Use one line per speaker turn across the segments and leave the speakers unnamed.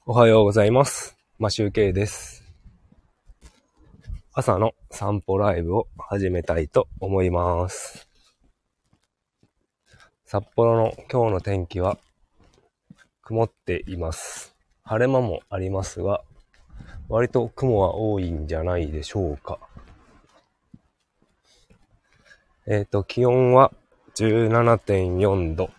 おはようございます。マシュウケイです。朝の散歩ライブを始めたいと思います。札幌の今日の天気は曇っています。晴れ間もありますが、割と雲は多いんじゃないでしょうか。気温は 17.4 度。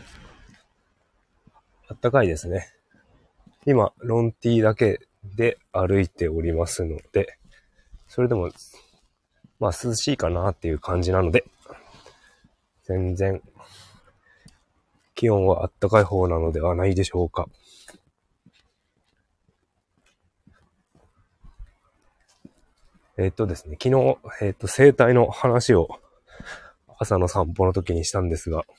あったかいですね。今、ロンティーだけで歩いておりますので、それでも、まあ涼しいかなっていう感じなので、全然、気温はあったかい方なのではないでしょうか。ですね、昨日、整体の話を朝の散歩の時にしたんですが、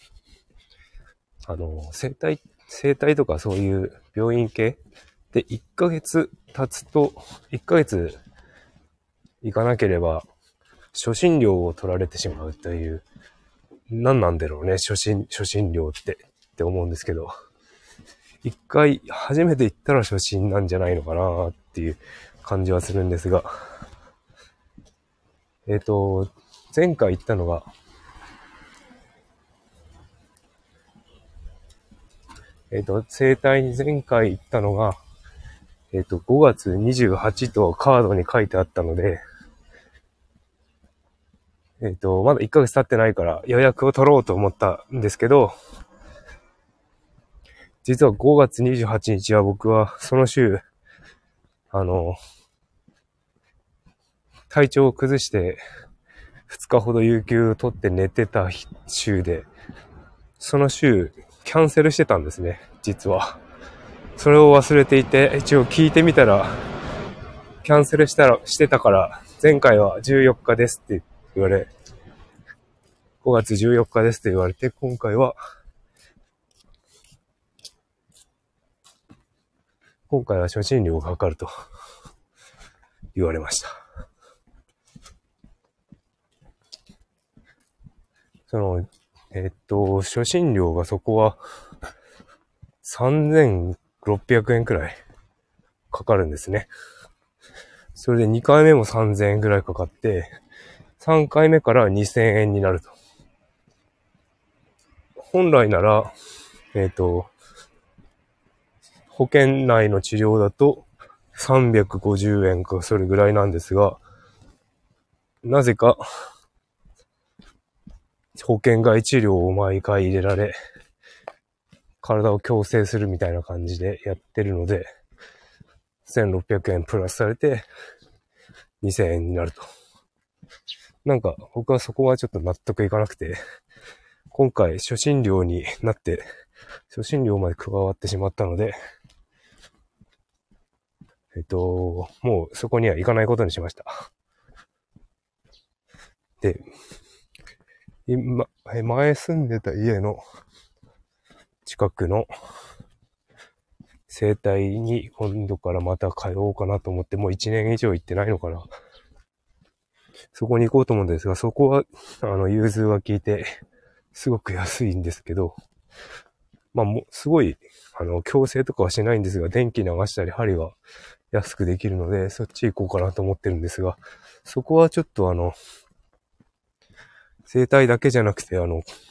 整体とかそういう病院系で1ヶ月経つと、1ヶ月行かなければ初診料を取られてしまうという、何なんだろうね、初診料って思うんですけど、一回初めて行ったら初診なんじゃないのかなっていう感じはするんですが、前回行ったのが、整体に前回行ったのが、5月28とカードに書いてあったので、まだ1ヶ月経ってないから予約を取ろうと思ったんですけど、実は5月28日は僕はその週、体調を崩して2日ほど有給を取って寝てた週で、その週キャンセルしてたんですね、実は。それを忘れていて、一応聞いてみたら、キャンセルしてたから、前回は14日ですって言われ、5月14日ですって言われて、今回は初診料がかかると言われました。初診料がそこは3600円くらいかかるんですね。それで2回目も3000円くらいかかって、3回目から2000円になると。本来なら、保険内の治療だと350円かそれぐらいなんですが、なぜか保険外治療を毎回入れられ、体を矯正するみたいな感じでやってるので、1600円プラスされて2000円になると。なんか僕はそこはちょっと納得いかなくて、今回初診料になって、初診料まで加わってしまったので、もうそこには行かないことにしました。で、前住んでた家の近くの整体に今度からまた通おうかなと思って、もう1年以上行ってないのかな。そこに行こうと思うんですが、そこは、融通が効いて、すごく安いんですけど、まあ、すごい、矯正とかはしないんですが、電気流したり針は安くできるので、そっち行こうかなと思ってるんですが、そこはちょっと整体だけじゃなくて、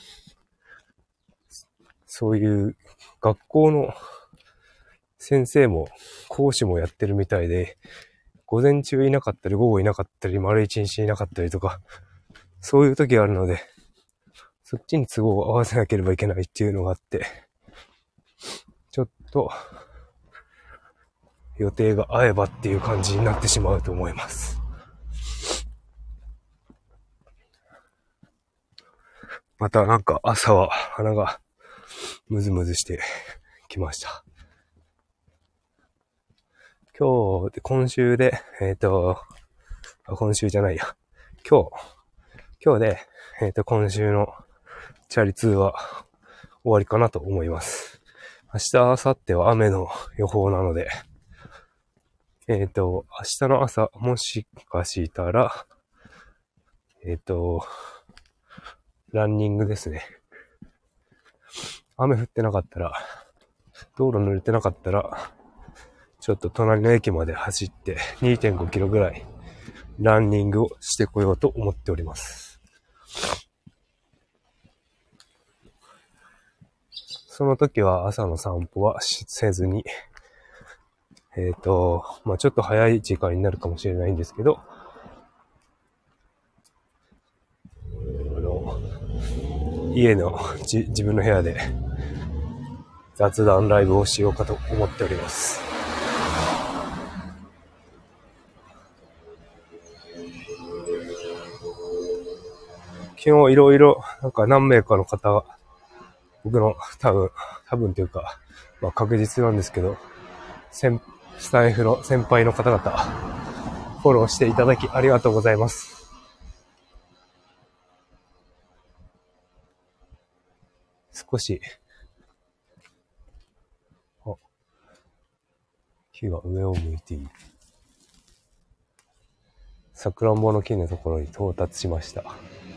そういう学校の先生も講師もやってるみたいで、午前中いなかったり午後いなかったり丸一日いなかったりとか、そういう時があるので、そっちに都合を合わせなければいけないっていうのがあって、ちょっと予定が合えばっていう感じになってしまうと思います。またなんか朝は鼻がムズムズしてきました。今週で、今週じゃないや。今日で、今週のチャリ通は終わりかなと思います。明日、明後日は雨の予報なので、明日の朝、もしかしたら、ランニングですね。雨降ってなかったら、道路濡れてなかったら、 ちょっと隣の駅まで走って 2.5 キロぐらいランニングをしてこようと思っております。その時は朝の散歩はせずに、ちょっと早い時間になるかもしれないんですけど、家の自分の部屋で雑談ライブをしようかと思っております。昨日いろいろ何名かの方が僕の多分というか、確実なんですけど、スタイフの先輩の方々フォローしていただきありがとうございます。少し木が上を向いている。さくらんぼの木のところに到達しました。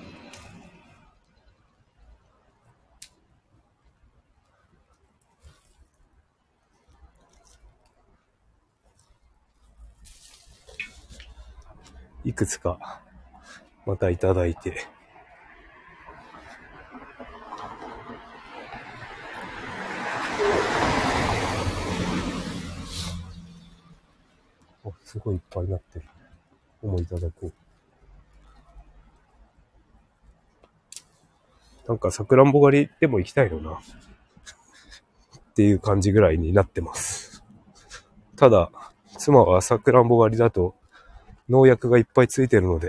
いくつかまたいただいて、すごいいっぱいになってる。いただこう。さくらんぼ狩りでも行きたいよなっていう感じぐらいになってます。ただ妻はさくらんぼ狩りだと農薬がいっぱいついてるので、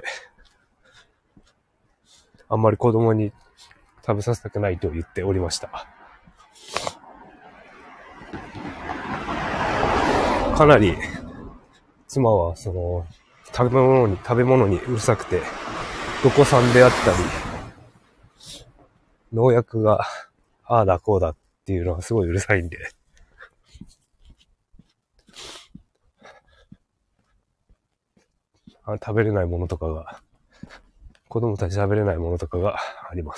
あんまり子供に食べさせたくないと言っておりました。かなり妻は食べ物にうるさくて、どこ産であったり農薬がああだこうだっていうのがすごいうるさいんで、食べれないものとかが、子供たち食べれないものとかがあります。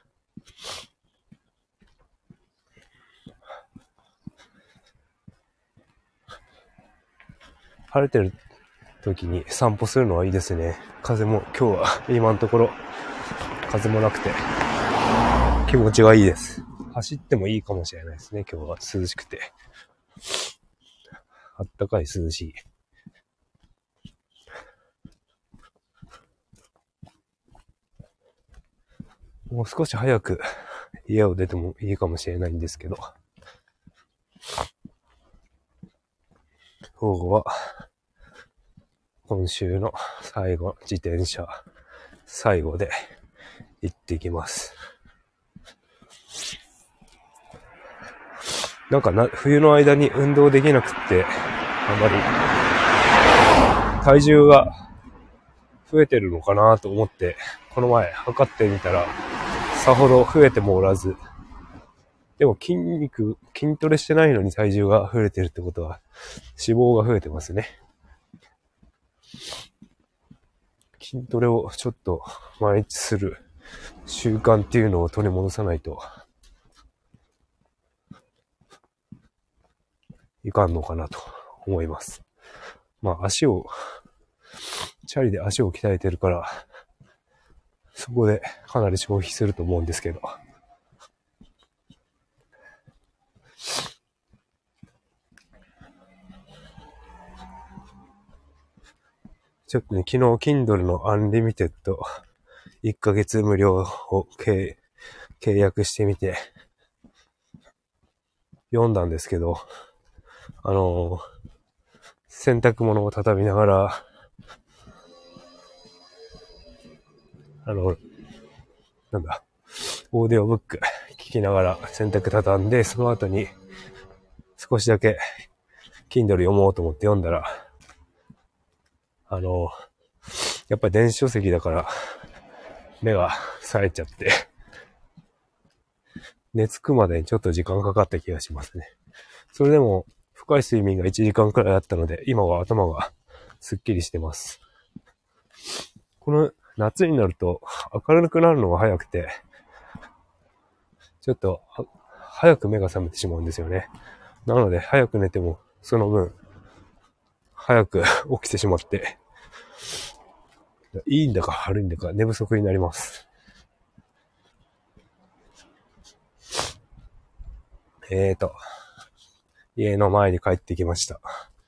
晴れてる時に散歩するのはいいですね。風も今日は今のところ風もなくて気持ちがいいです。走ってもいいかもしれないですね。今日は涼しくて、あったかい涼しい。もう少し早く家を出てもいいかもしれないんですけど、午後は今週の自転車最後で行ってきます。冬の間に運動できなくって、あまり体重が増えてるのかなと思って、この前測ってみたらさほど増えてもおらず、でも筋トレしてないのに体重が増えてるってことは脂肪が増えてますね。筋トレをちょっと毎日する習慣っていうのを取り戻さないといかんのかなと思います。チャリで足を鍛えてるから、そこでかなり消費すると思うんですけど。ちょっとね、昨日 Kindle の Unlimited 1ヶ月無料を契約してみて読んだんですけど、洗濯物を畳みながら、オーディオブック聞きながら洗濯畳んで、その後に少しだけ Kindle 読もうと思って読んだら、やっぱり電子書籍だから目が冴えちゃって寝つくまでにちょっと時間かかった気がしますね。それでも深い睡眠が1時間くらいあったので、今は頭がすっきりしてます。この夏になると明るくなるのが早くて、ちょっと早く目が覚めてしまうんですよね。なので早く寝てもその分、早く起きてしまって、いいんだか悪いんだか寝不足になります。家の前に帰ってきました。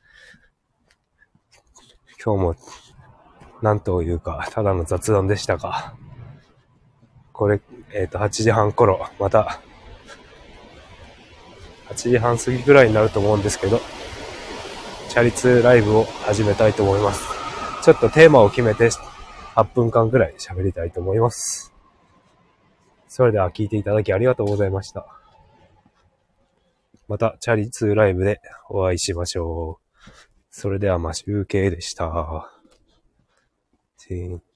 今日も、なんというか、ただの雑談でしたが、これ、8時半頃、また、8時半過ぎぐらいになると思うんですけど、チャリ通ライブを始めたいと思います。ちょっとテーマを決めて、8分間ぐらい喋りたいと思います。それでは聞いていただきありがとうございました。また、チャリ通ライブでお会いしましょう。それでは、集計でした。